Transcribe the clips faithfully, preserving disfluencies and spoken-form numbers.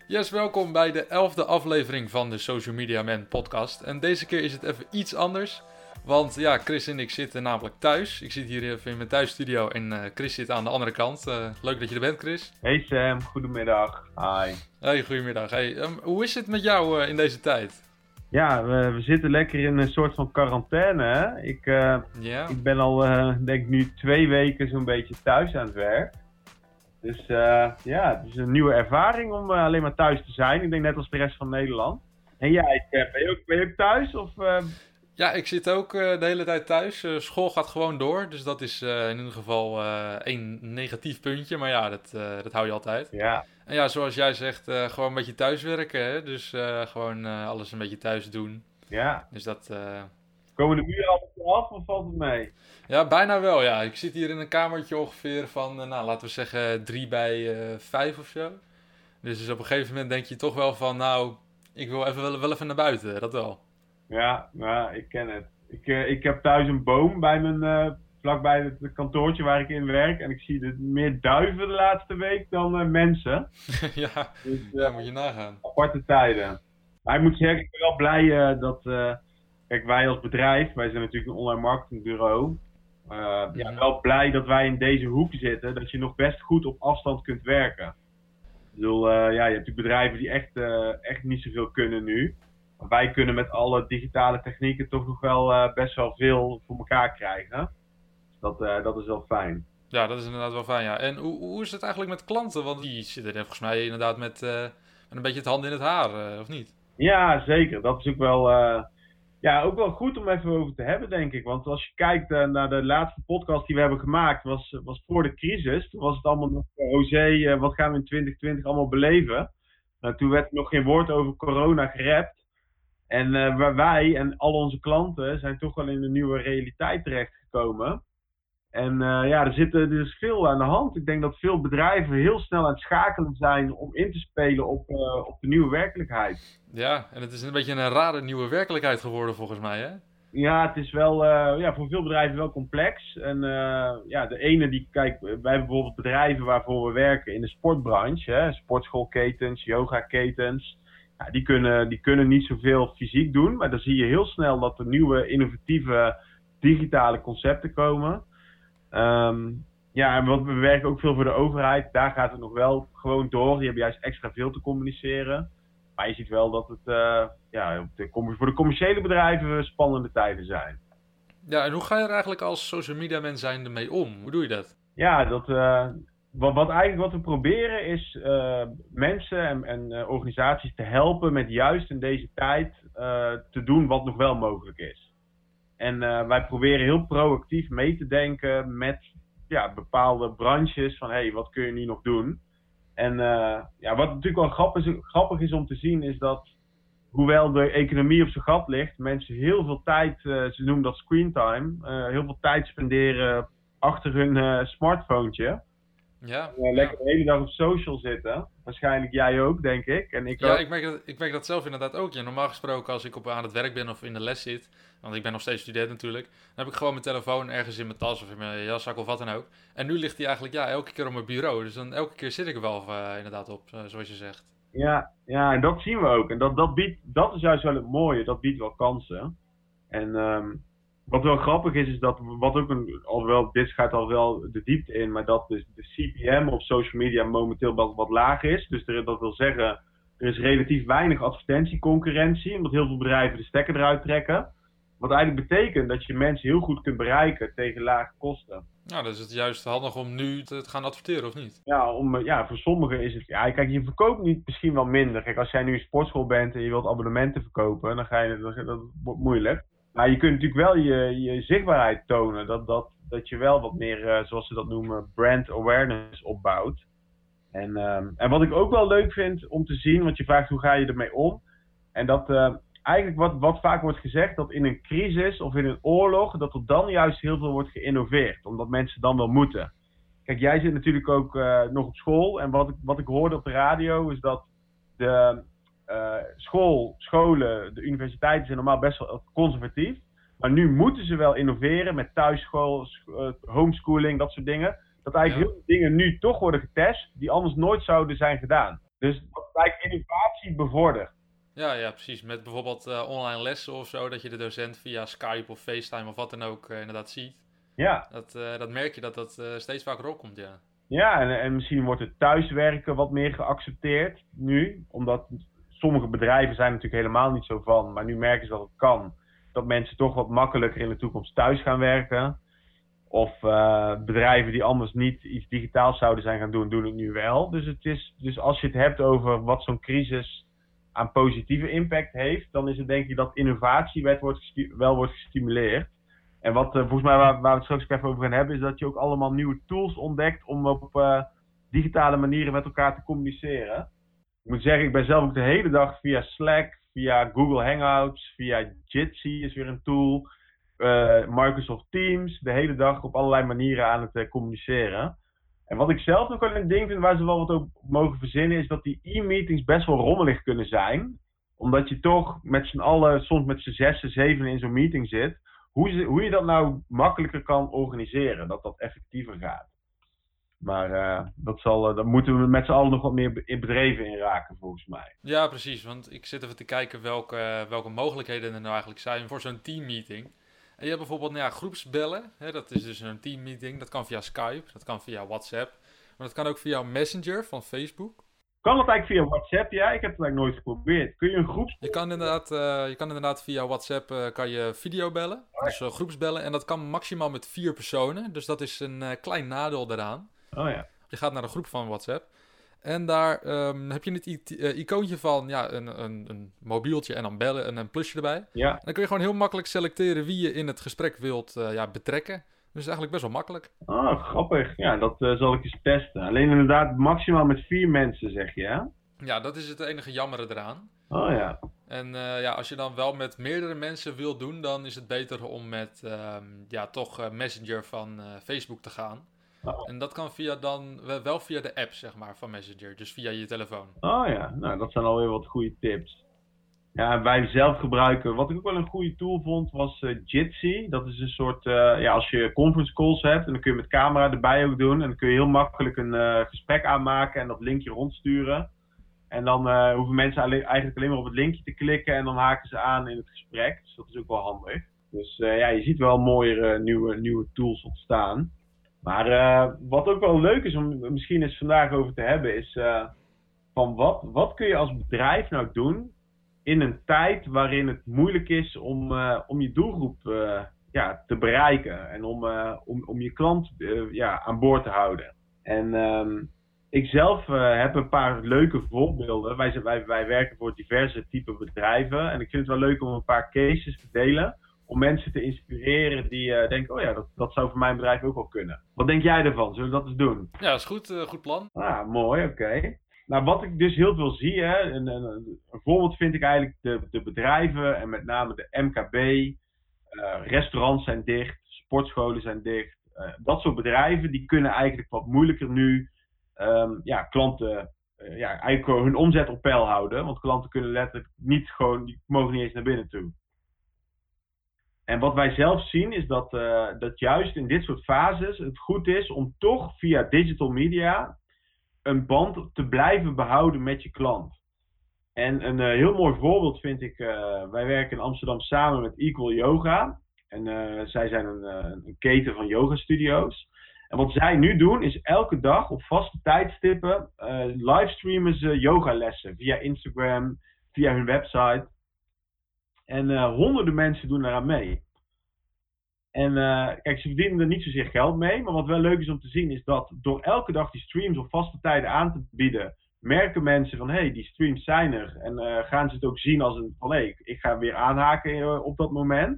Yes, welkom bij de elfde aflevering van de Social Media Man podcast. En deze keer is het even iets anders. Want ja, Chris en ik zitten namelijk thuis. Ik zit hier even in mijn thuisstudio en uh, Chris zit aan de andere kant. Uh, leuk dat je er bent, Chris. Hey Sam, goedemiddag. Hi. Hey, goedemiddag. Hey, um, hoe is het met jou uh, in deze tijd? Ja, we, we zitten lekker in een soort van quarantaine. Hè? Ik, uh, yeah. ik ben al, uh, denk ik, nu twee weken zo'n beetje thuis aan het werk. Dus uh, ja, het is een nieuwe ervaring om uh, alleen maar thuis te zijn. Ik denk net als de rest van Nederland. En jij, ja, ben, je ook, ben je ook thuis? Of, uh... Ja, ik zit ook uh, de hele tijd thuis. Uh, school gaat gewoon door, dus dat is uh, in ieder geval uh, één negatief puntje. Maar ja, dat, uh, dat hou je altijd. Ja. En ja, zoals jij zegt, uh, gewoon een beetje thuiswerken. Hè? Dus uh, gewoon uh, alles een beetje thuis doen. Ja. Dus dat... Uh... Komen de muren allemaal af of valt het mee? Ja, bijna wel, ja. Ik zit hier in een kamertje ongeveer van, uh, nou, laten we zeggen, drie bij uh, vijf of zo. Dus, dus op een gegeven moment denk je toch wel van, nou, ik wil even, wel, wel even naar buiten, dat wel. Ja, nou, ik ken het. Ik, uh, ik heb thuis een boom bij mijn, uh, vlakbij het kantoortje waar ik in werk. En ik zie er meer duiven de laatste week dan uh, mensen. ja, dus, uh, ja, moet je nagaan. Aparte tijden. Maar ik moet zeggen, ik ben wel blij uh, dat... Uh, kijk, wij als bedrijf, wij zijn natuurlijk een online marketingbureau. Uh, mm-hmm. Ja, wel blij dat wij in deze hoek zitten, dat je nog best goed op afstand kunt werken. Ik bedoel, uh, ja, je hebt natuurlijk bedrijven die echt, uh, echt niet zoveel kunnen nu. Maar wij kunnen met alle digitale technieken toch nog wel uh, best wel veel voor elkaar krijgen. Dus dat, uh, dat is wel fijn. Ja, dat is inderdaad wel fijn, ja. En hoe, hoe is het eigenlijk met klanten? Want die zitten er volgens mij inderdaad met, uh, met een beetje het hand in het haar, uh, of niet? Ja, zeker. Dat is ook wel... Uh, Ja, ook wel goed om even over te hebben, denk ik. Want als je kijkt uh, naar de laatste podcast die we hebben gemaakt, was, was voor de crisis. Toen was het allemaal nog, uh, José, uh, wat gaan we in twintig twintig allemaal beleven? Uh, toen werd nog geen woord over corona gerept. En uh, waar wij en al onze klanten zijn toch wel in een nieuwe realiteit terechtgekomen. En uh, ja, er, zit, er is veel aan de hand. Ik denk dat veel bedrijven heel snel aan het schakelen zijn om in te spelen op, uh, op de nieuwe werkelijkheid. Ja, en het is een beetje een rare nieuwe werkelijkheid geworden volgens mij, hè? Ja, het is wel uh, ja, voor veel bedrijven wel complex. En uh, ja, de ene die, kijk, wij hebben bijvoorbeeld bedrijven waarvoor we werken in de sportbranche, hè, sportschoolketens, yogaketens. Ja, die, kunnen, die kunnen niet zoveel fysiek doen, maar dan zie je heel snel dat er nieuwe innovatieve digitale concepten komen. Um, ja, en wat, we werken ook veel voor de overheid. Daar gaat het nog wel gewoon door. Die hebben juist extra veel te communiceren. Maar je ziet wel dat het uh, ja, de, voor de commerciële bedrijven spannende tijden zijn. Ja, en hoe ga je er eigenlijk als social media man zijn ermee om? Hoe doe je dat? Ja, dat, uh, wat, wat eigenlijk wat we proberen is uh, mensen en, en uh, organisaties te helpen met juist in deze tijd uh, te doen wat nog wel mogelijk is. En uh, wij proberen heel proactief mee te denken met ja, bepaalde branches van hé, hey, wat kun je nu nog doen? En uh, ja, wat natuurlijk wel grappig is, grappig is om te zien is dat, hoewel de economie op zijn gat ligt, mensen heel veel tijd, uh, ze noemen dat screentime, uh, heel veel tijd spenderen achter hun uh, smartphone. Ja, uh, lekker ja. de hele dag op social zitten. Waarschijnlijk jij ook, denk ik. En ik ja, ook. Ik, merk dat, ik merk dat zelf inderdaad ook. Ja, normaal gesproken als ik op, aan het werk ben of in de les zit, want ik ben nog steeds student natuurlijk, dan heb ik gewoon mijn telefoon ergens in mijn tas of in mijn jaszak of wat dan ook. En nu ligt die eigenlijk ja, elke keer op mijn bureau. Dus dan elke keer zit ik er wel uh, inderdaad op, uh, zoals je zegt. Ja, ja, en dat zien we ook. En dat, dat, biedt, dat is juist wel het mooie. Dat biedt wel kansen. En um, wat wel grappig is, is dat wat ook een, al wel, dit gaat al wel de diepte in, maar dat dus de C P M op social media momenteel wat, wat laag is. Dus er, dat wil zeggen, er is relatief weinig advertentieconcurrentie, omdat heel veel bedrijven de stekker eruit trekken. Wat eigenlijk betekent dat je mensen heel goed kunt bereiken tegen lage kosten. Nou, dan is het juist handig om nu te gaan adverteren, of niet? Ja, om, ja voor sommigen is het... Ja, kijk, je verkoopt niet misschien wel minder. Kijk, als jij nu een sportschool bent en je wilt abonnementen verkopen, dan ga je... Dat, dat wordt moeilijk. Maar je kunt natuurlijk wel je, je zichtbaarheid tonen. Dat, dat, dat je wel wat meer, uh, zoals ze dat noemen, brand awareness opbouwt. En, um, en wat ik ook wel leuk vind om te zien, want je vraagt hoe ga je ermee om. En dat... Uh, Eigenlijk wat, wat vaak wordt gezegd, dat in een crisis of in een oorlog, dat er dan juist heel veel wordt geïnnoveerd. Omdat mensen dan wel moeten. Kijk, jij zit natuurlijk ook uh, nog op school. En wat ik, wat ik hoorde op de radio is dat de uh, school, scholen, de universiteiten zijn normaal best wel conservatief. Maar nu moeten ze wel innoveren met thuisschool, uh, homeschooling, dat soort dingen. Dat eigenlijk ja. heel veel dingen nu toch worden getest die anders nooit zouden zijn gedaan. Dus dat eigenlijk innovatie bevordert. Ja, ja, precies. Met bijvoorbeeld uh, online lessen of zo, dat je de docent via Skype of FaceTime of wat dan ook uh, inderdaad ziet. Ja. Dat, uh, dat merk je dat dat uh, steeds vaker opkomt, ja. Ja, en, en misschien wordt het thuiswerken wat meer geaccepteerd nu. Omdat sommige bedrijven zijn natuurlijk helemaal niet zo van. Maar nu merken ze dat het kan. Dat mensen toch wat makkelijker in de toekomst thuis gaan werken. Of uh, bedrijven die anders niet iets digitaals zouden zijn gaan doen, doen het nu wel. Dus, het is, dus als je het hebt over wat zo'n crisis aan positieve impact heeft, dan is het denk ik dat innovatie wordt, wel wordt gestimuleerd. En wat uh, volgens mij waar, waar we het straks even over gaan hebben, is dat je ook allemaal nieuwe tools ontdekt om op uh, digitale manieren met elkaar te communiceren. Ik moet zeggen, ik ben zelf ook de hele dag via Slack, via Google Hangouts, via Jitsi is weer een tool, uh, Microsoft Teams, de hele dag op allerlei manieren aan het uh, communiceren. En wat ik zelf nog wel een ding vind waar ze wel wat op mogen verzinnen, is dat die e-meetings best wel rommelig kunnen zijn. Omdat je toch met z'n allen, soms met z'n zessen, zeven in zo'n meeting zit. Hoe, ze, hoe je dat nou makkelijker kan organiseren, dat dat effectiever gaat. Maar uh, dat zal, uh, daar moeten we met z'n allen nog wat meer in bedreven in raken, volgens mij. Ja, precies. Want ik zit even te kijken welke, welke mogelijkheden er nou eigenlijk zijn voor zo'n teammeeting. En je hebt bijvoorbeeld nou ja, groepsbellen. Hè, dat is dus een teammeeting. Dat kan via Skype, dat kan via WhatsApp. Maar dat kan ook via Messenger van Facebook. Kan dat eigenlijk via WhatsApp? Ja, ik heb het eigenlijk nooit geprobeerd. Kun je een groeps... Je kan inderdaad, uh, je kan inderdaad via WhatsApp uh, kan je video bellen. Oh ja. Dus uh, groepsbellen. En dat kan maximaal met vier personen. Dus dat is een uh, klein nadeel daaraan. Oh ja. Je gaat naar de groep van WhatsApp. En daar um, heb je het i- uh, icoontje van ja, een, een, een mobieltje en dan bellen en een plusje erbij. Ja. En dan kun je gewoon heel makkelijk selecteren wie je in het gesprek wilt uh, ja, betrekken. Dus eigenlijk best wel makkelijk. Oh, grappig. Ja, dat uh, zal ik eens testen. Alleen inderdaad maximaal met vier mensen, zeg je, hè? Ja, dat is het enige jammere eraan. Oh ja. En uh, ja, als je dan wel met meerdere mensen wil doen, dan is het beter om met um, ja, toch uh, Messenger van uh, Facebook te gaan. Oh. En dat kan via dan, wel via de app, zeg maar, van Messenger. Dus via je telefoon. Oh ja, nou dat zijn alweer wat goede tips. Ja, wij zelf gebruiken, wat ik ook wel een goede tool vond, was uh, Jitsi. Dat is een soort, uh, ja, als je conference calls hebt, en dan kun je met camera erbij ook doen. En dan kun je heel makkelijk een uh, gesprek aanmaken en dat linkje rondsturen. En dan uh, hoeven mensen alleen, eigenlijk alleen maar op het linkje te klikken en dan haken ze aan in het gesprek. Dus dat is ook wel handig. Dus uh, ja, je ziet wel mooiere nieuwe, nieuwe tools ontstaan. Maar uh, wat ook wel leuk is om misschien eens vandaag over te hebben, is uh, van wat, wat kun je als bedrijf nou doen in een tijd waarin het moeilijk is om, uh, om je doelgroep uh, ja, te bereiken en om, uh, om, om je klant uh, ja, aan boord te houden. En um, ik zelf uh, heb een paar leuke voorbeelden. Wij, wij, wij werken voor diverse type bedrijven en ik vind het wel leuk om een paar cases te delen. Om mensen te inspireren die uh, denken, oh ja, dat, dat zou voor mijn bedrijf ook wel kunnen. Wat denk jij ervan? Zullen we dat eens doen? Ja, dat is goed. Uh, goed plan. Ah, mooi, oké. Okay. Nou, wat ik dus heel veel zie, hè, een, een, een voorbeeld vind ik eigenlijk de, de bedrijven en met name de M K B. Uh, restaurants zijn dicht, sportscholen zijn dicht. Uh, dat soort bedrijven, die kunnen eigenlijk wat moeilijker nu um, ja, klanten, uh, ja, eigenlijk hun omzet op peil houden. Want klanten kunnen letterlijk niet gewoon, die mogen niet eens naar binnen toe. En wat wij zelf zien is dat, uh, dat juist in dit soort fases het goed is om toch via digital media een band te blijven behouden met je klant. En een uh, heel mooi voorbeeld vind ik, uh, wij werken in Amsterdam samen met Equal Yoga. En uh, zij zijn een, uh, een keten van yoga studio's. En wat zij nu doen is elke dag op vaste tijdstippen uh, livestreamen ze yogalessen via Instagram, via hun website. En uh, honderden mensen doen eraan mee. En uh, kijk, ze verdienen er niet zozeer geld mee. Maar wat wel leuk is om te zien is dat door elke dag die streams op vaste tijden aan te bieden, merken mensen van, hé, hey, die streams zijn er. En uh, gaan ze het ook zien als een van, hé, hey, ik ga weer aanhaken uh, op dat moment.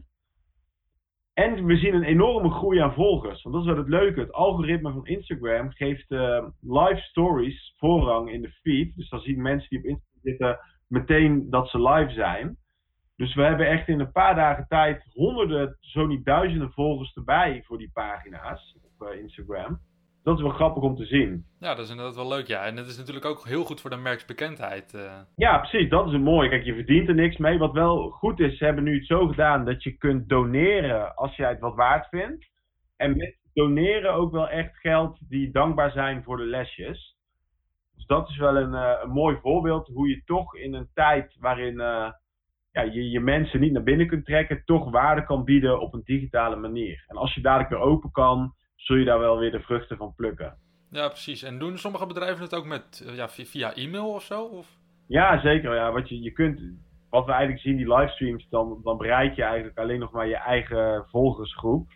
En we zien een enorme groei aan volgers. Want dat is wel het leuke. Het algoritme van Instagram geeft uh, live stories voorrang in de feed. Dus dan zien mensen die op Instagram zitten meteen dat ze live zijn. Dus we hebben echt in een paar dagen tijd honderden, zo niet duizenden volgers erbij voor die pagina's op uh, Instagram. Dat is wel grappig om te zien. Ja, dat is inderdaad wel leuk, ja. En het is natuurlijk ook heel goed voor de merksbekendheid. Uh. Ja, precies. Dat is een mooie. Kijk, je verdient er niks mee. Wat wel goed is, ze hebben nu het zo gedaan dat je kunt doneren als jij het wat waard vindt. En met doneren ook wel echt geld die dankbaar zijn voor de lesjes. Dus dat is wel een, uh, een mooi voorbeeld hoe je toch in een tijd waarin uh, ja, je je mensen niet naar binnen kunt trekken, toch waarde kan bieden op een digitale manier. En als je dadelijk weer open kan, zul je daar wel weer de vruchten van plukken. Ja, precies. En doen sommige bedrijven het ook met, uh, ja, via e-mail of zo? Of? Ja, zeker. Ja. Wat, je, je kunt, wat we eigenlijk zien, die livestreams, dan, dan bereik je eigenlijk alleen nog maar je eigen volgersgroep.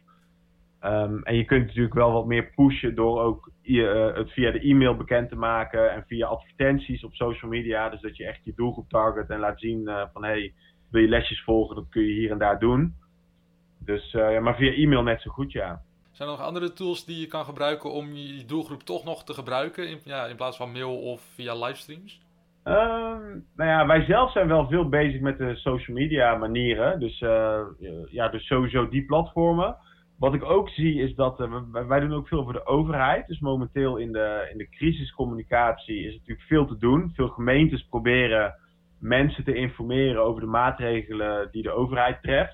Um, en je kunt natuurlijk wel wat meer pushen door ook uh, het via de e-mail bekend te maken en via advertenties op social media. Dus dat je echt je doelgroep target en laat zien uh, van hé, hey, wil je lesjes volgen, dat kun je hier en daar doen. Dus, uh, ja, maar via e-mail net zo goed, ja. Zijn er nog andere tools die je kan gebruiken om je doelgroep toch nog te gebruiken in, ja, in plaats van mail of via livestreams? Um, nou ja, wij zelf zijn wel veel bezig met de social media manieren. Dus, uh, ja, dus sowieso die platformen. Wat ik ook zie is dat, uh, wij doen ook veel voor de overheid. Dus momenteel in de, in de crisiscommunicatie is natuurlijk veel te doen. Veel gemeentes proberen mensen te informeren over de maatregelen die de overheid treft.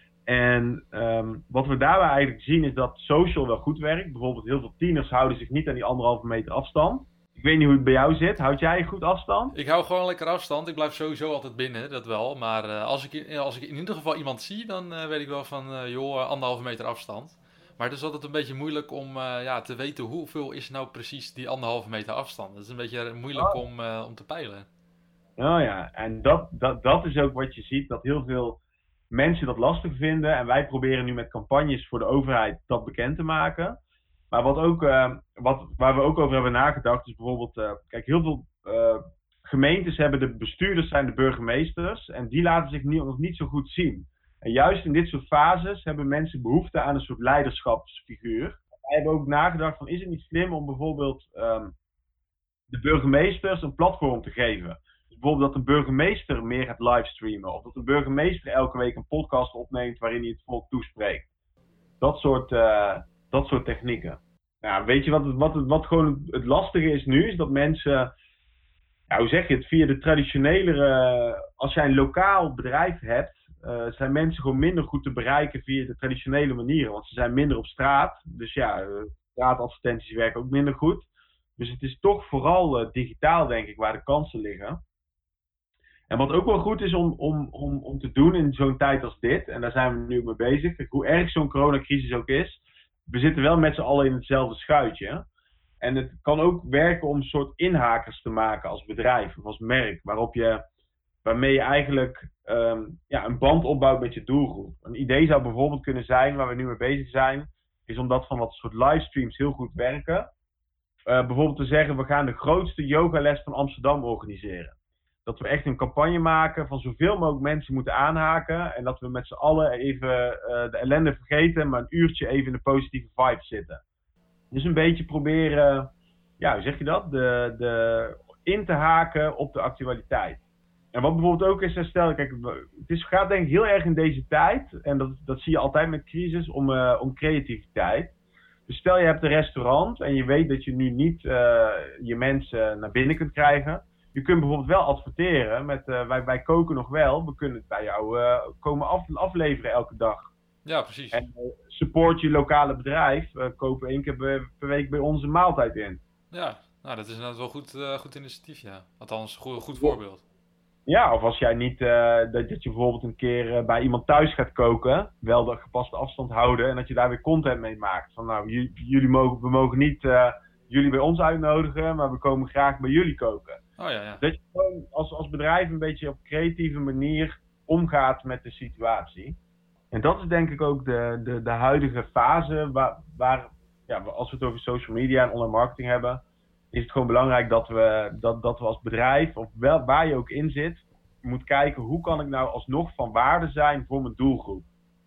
En um, wat we daarbij eigenlijk zien is dat social wel goed werkt. Bijvoorbeeld heel veel tieners houden zich niet aan die anderhalve meter afstand. Ik weet niet hoe het bij jou zit. Houd jij goed afstand? Ik hou gewoon lekker afstand. Ik blijf sowieso altijd binnen, dat wel. Maar uh, als, ik, als ik in ieder geval iemand zie, dan uh, weet ik wel van, uh, joh, anderhalve meter afstand. Maar het is altijd een beetje moeilijk om uh, ja, te weten hoeveel is nou precies die anderhalve meter afstand. Dat is een beetje moeilijk oh. om, uh, om te peilen. Oh ja, en dat, dat, dat is ook wat je ziet, dat heel veel mensen dat lastig vinden. En wij proberen nu met campagnes voor de overheid dat bekend te maken. Maar wat ook, uh, wat, waar we ook over hebben nagedacht is bijvoorbeeld, uh, kijk, heel veel uh, gemeentes hebben de bestuurders zijn de burgemeesters en die laten zich niet, nog niet zo goed zien. En juist in dit soort fases hebben mensen behoefte aan een soort leiderschapsfiguur. Wij hebben ook nagedacht van, is het niet slim om bijvoorbeeld um, de burgemeesters een platform te geven? Dus bijvoorbeeld dat een burgemeester meer gaat livestreamen of dat een burgemeester elke week een podcast opneemt waarin hij het volk toespreekt. Dat soort... Uh, Dat soort technieken. Nou, weet je wat, het, wat, het, wat gewoon het lastige is nu? Is dat mensen, ja, hoe zeg je het, via de traditionele, als jij een lokaal bedrijf hebt, uh, zijn mensen gewoon minder goed te bereiken via de traditionele manieren. Want ze zijn minder op straat. Dus ja, uh, straatadvertenties werken ook minder goed. Dus het is toch vooral uh, digitaal, denk ik, waar de kansen liggen. En wat ook wel goed is om, om, om, om te doen in zo'n tijd als dit, en daar zijn we nu mee bezig, kijk, hoe erg zo'n coronacrisis ook is, we zitten wel met z'n allen in hetzelfde schuitje. En het kan ook werken om een soort inhakers te maken als bedrijf of als merk. Waarop je, waarmee je eigenlijk um, ja, een band opbouwt met je doelgroep. Een idee zou bijvoorbeeld kunnen zijn, waar we nu mee bezig zijn, is om dat van wat soort livestreams heel goed werken. Uh, bijvoorbeeld te zeggen, we gaan de grootste yogales van Amsterdam organiseren. Dat we echt een campagne maken van zoveel mogelijk mensen moeten aanhaken. En dat we met z'n allen even uh, de ellende vergeten, maar een uurtje even in de positieve vibe zitten. Dus een beetje proberen, ja, hoe zeg je dat? De, de, in te haken op de actualiteit. En wat bijvoorbeeld ook is, stel, kijk, het is, gaat denk ik heel erg in deze tijd, en dat, dat zie je altijd met crisis, om, uh, om creativiteit. Dus stel je hebt een restaurant en je weet dat je nu niet uh, je mensen naar binnen kunt krijgen. Je kunt bijvoorbeeld wel adverteren met, uh, wij, wij koken nog wel, we kunnen het bij jou uh, komen af, afleveren elke dag. Ja, precies. En uh, support je lokale bedrijf, uh, koop één keer per, per week bij ons een maaltijd in. Ja, nou dat is inderdaad wel goed, uh, goed initiatief, ja. Althans, een goed, goed voorbeeld. Ja, of als jij niet, uh, dat, dat je bijvoorbeeld een keer uh, bij iemand thuis gaat koken, wel de gepaste afstand houden en dat je daar weer content mee maakt. Van nou, j- jullie mogen, we mogen niet uh, jullie bij ons uitnodigen, maar we komen graag bij jullie koken. Oh, ja, ja. Dat je gewoon als, als bedrijf een beetje op creatieve manier omgaat met de situatie. En dat is denk ik ook de, de, de huidige fase waar, waar ja, als we het over social media en online marketing hebben, is het gewoon belangrijk dat we, dat, dat we als bedrijf, of wel, waar je ook in zit, moet kijken hoe kan ik nou alsnog van waarde zijn voor mijn doelgroep.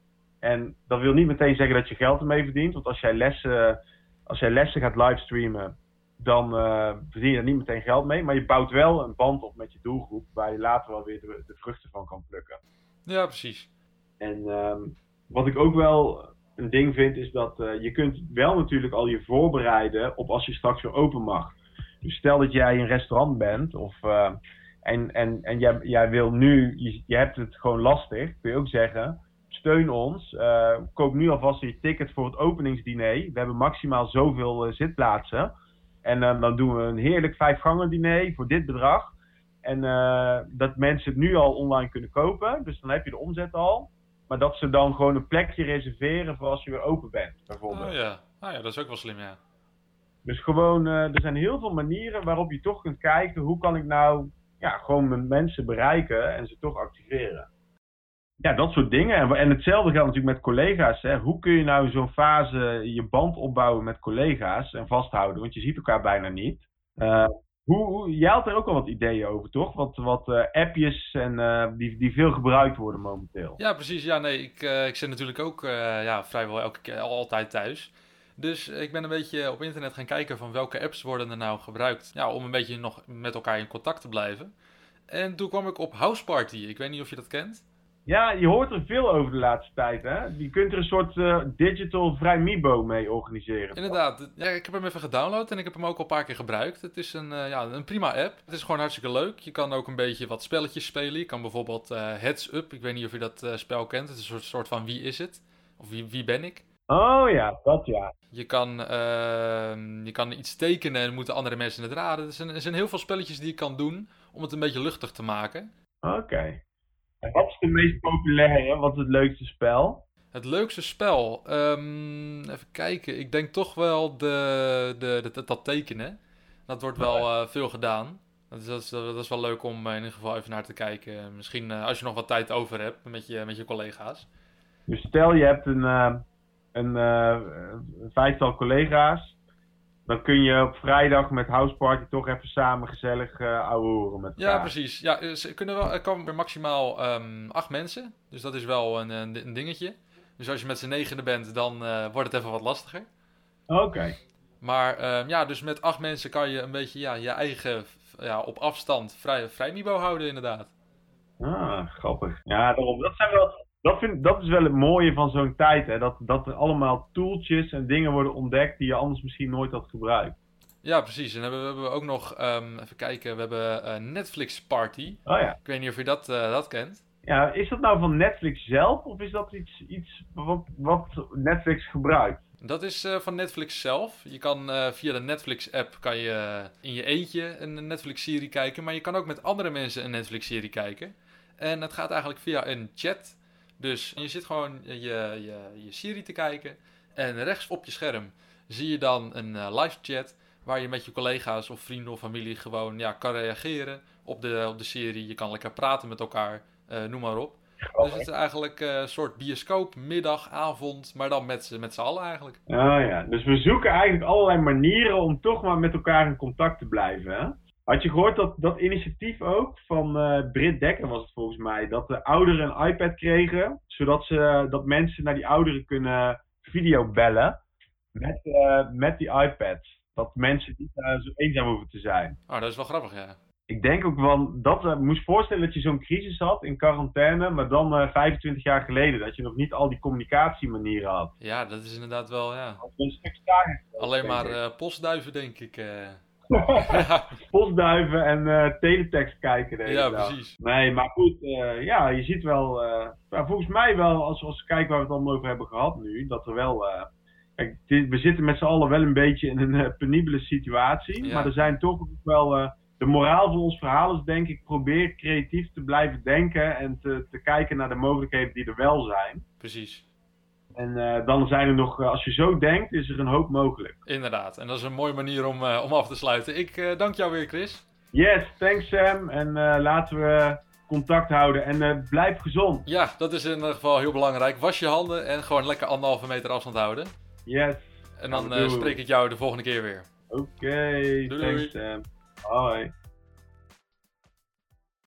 En dat wil niet meteen zeggen dat je geld ermee verdient, want als jij lessen, als jij lessen gaat livestreamen, dan uh, verdien je er niet meteen geld mee. Maar je bouwt wel een band op met je doelgroep, waar je later wel weer de, de vruchten van kan plukken. Ja, precies. En um, wat ik ook wel een ding vind, is dat uh, je kunt wel natuurlijk al je voorbereiden op als je straks weer open mag. Dus stel dat jij een restaurant bent, of, uh, en, en, en jij, jij wil nu, je, je hebt het gewoon lastig, kun je ook zeggen, steun ons, uh, koop nu alvast je ticket voor het openingsdiner. We hebben maximaal zoveel uh, zitplaatsen. En uh, dan doen we een heerlijk vijfgangen diner voor dit bedrag. En uh, dat mensen het nu al online kunnen kopen. Dus dan heb je de omzet al. Maar dat ze dan gewoon een plekje reserveren voor als je weer open bent, bijvoorbeeld. Oh ja, ah, ja dat is ook wel slim, ja. Dus gewoon, uh, er zijn heel veel manieren waarop je toch kunt kijken... hoe kan ik nou ja, gewoon mijn mensen bereiken en ze toch activeren. Ja, dat soort dingen. En hetzelfde geldt natuurlijk met collega's. Hè. Hoe kun je nou in zo'n fase je band opbouwen met collega's en vasthouden? Want je ziet elkaar bijna niet. Uh, hoe, hoe, jij had er ook al wat ideeën over, toch? Wat, wat uh, appjes en, uh, die, die veel gebruikt worden momenteel. Ja, precies. Ja, nee, ik, uh, ik zit natuurlijk ook uh, ja, vrijwel elke keer altijd thuis. Dus ik ben een beetje op internet gaan kijken van welke apps worden er nou gebruikt. Ja, om een beetje nog met elkaar in contact te blijven. En toen kwam ik op Houseparty. Ik weet niet of je dat kent. Ja, je hoort er veel over de laatste tijd, hè? Je kunt er een soort uh, digital vrijmibo mee organiseren. Inderdaad. Ja, ik heb hem even gedownload en ik heb hem ook al een paar keer gebruikt. Het is een, uh, ja, een prima app. Het is gewoon hartstikke leuk. Je kan ook een beetje wat spelletjes spelen. Je kan bijvoorbeeld uh, Heads Up. Ik weet niet of je dat uh, spel kent. Het is een soort, soort van Wie is het? Of Wie, wie ben ik? Oh ja, dat ja. Je kan, uh, je kan iets tekenen en moeten andere mensen het raden. Er zijn, er zijn heel veel spelletjes die je kan doen om het een beetje luchtig te maken. Oké. Okay. En wat is de meest populaire? Wat is het leukste spel? Het leukste spel? Um, even kijken. Ik denk toch wel de, de, de, dat tekenen. Dat wordt wel uh, veel gedaan. Dat is, dat, is, dat is wel leuk om in ieder geval even naar te kijken. Misschien uh, als je nog wat tijd over hebt met je, met je collega's. Dus stel je hebt een, uh, een, uh, een vijftal collega's. Dan kun je op vrijdag met Houseparty toch even samen gezellig uh, ouwehoeren met elkaar. Ja, precies. Ja, ze kunnen wel, er komen er maximaal um, acht mensen. Dus dat is wel een, een, een dingetje. Dus als je met z'n negende bent, dan uh, wordt het even wat lastiger. Oké. Okay. Maar um, ja, dus met acht mensen kan je een beetje ja, je eigen ja, op afstand vrij, vrijniveau houden inderdaad. Ah, grappig. Ja, daarom, dat zijn wel... Dat, vind, dat is wel het mooie van zo'n tijd, hè? Dat, dat er allemaal tooltjes en dingen worden ontdekt die je anders misschien nooit had gebruikt. Ja, precies. En dan hebben we, hebben we ook nog, um, even kijken, we hebben uh, Netflix Party. Oh ja. Ik weet niet of je dat, uh, dat kent. Ja, is dat nou van Netflix zelf of is dat iets, iets wat, wat Netflix gebruikt? Dat is uh, van Netflix zelf. Je kan uh, via de Netflix-app kan je in je eentje een Netflix-serie kijken, maar je kan ook met andere mensen een Netflix-serie kijken. En het gaat eigenlijk via een chat. Dus je zit gewoon je, je, je serie te kijken en rechts op je scherm zie je dan een uh, live chat waar je met je collega's of vrienden of familie gewoon ja, kan reageren op de, op de serie. Je kan lekker praten met elkaar, uh, noem maar op. Oh, dus het is eigenlijk uh, een soort bioscoop, middag, avond, maar dan met, met z'n allen eigenlijk. Oh ja, dus we zoeken eigenlijk allerlei manieren om toch maar met elkaar in contact te blijven, hè? Had je gehoord dat dat initiatief ook van uh, Britt Dekker was het volgens mij, dat de ouderen een iPad kregen, zodat ze, dat mensen naar die ouderen kunnen videobellen met, uh, met die iPads. Dat mensen niet uh, zo eenzaam hoeven te zijn. Oh, dat is wel grappig, ja. Ik denk ook wel, dat uh, moest voorstellen dat je zo'n crisis had in quarantaine, maar dan uh, vijfentwintig jaar geleden, dat je nog niet al die communicatiemanieren had. Ja, dat is inderdaad wel, ja. Dat is een stuk stager. Alleen maar uh, postduiven, denk ik. Uh... Ja. Postduiven en uh, teletext kijken. Deze ja, dag. precies. Nee, maar goed, uh, ja, je ziet wel, uh, nou, volgens mij wel, als, als we kijken waar we het allemaal over hebben gehad nu, dat er wel, uh, kijk, dit, we zitten met z'n allen wel een beetje in een uh, penibele situatie, ja. Maar er zijn toch ook wel, uh, de moraal van ons verhaal is denk ik, probeer creatief te blijven denken en te, te kijken naar de mogelijkheden die er wel zijn. Precies. En uh, dan zijn er nog, uh, als je zo denkt, is er een hoop mogelijk. Inderdaad, en dat is een mooie manier om, uh, om af te sluiten. Ik uh, dank jou weer, Chris. Yes, thanks Sam. En uh, laten we contact houden en uh, blijf gezond. Ja, dat is in ieder geval heel belangrijk. Was je handen en gewoon lekker anderhalve meter afstand houden. Yes. En dan uh, spreek ik jou de volgende keer weer. Oké, okay, thanks Sam. Hoi.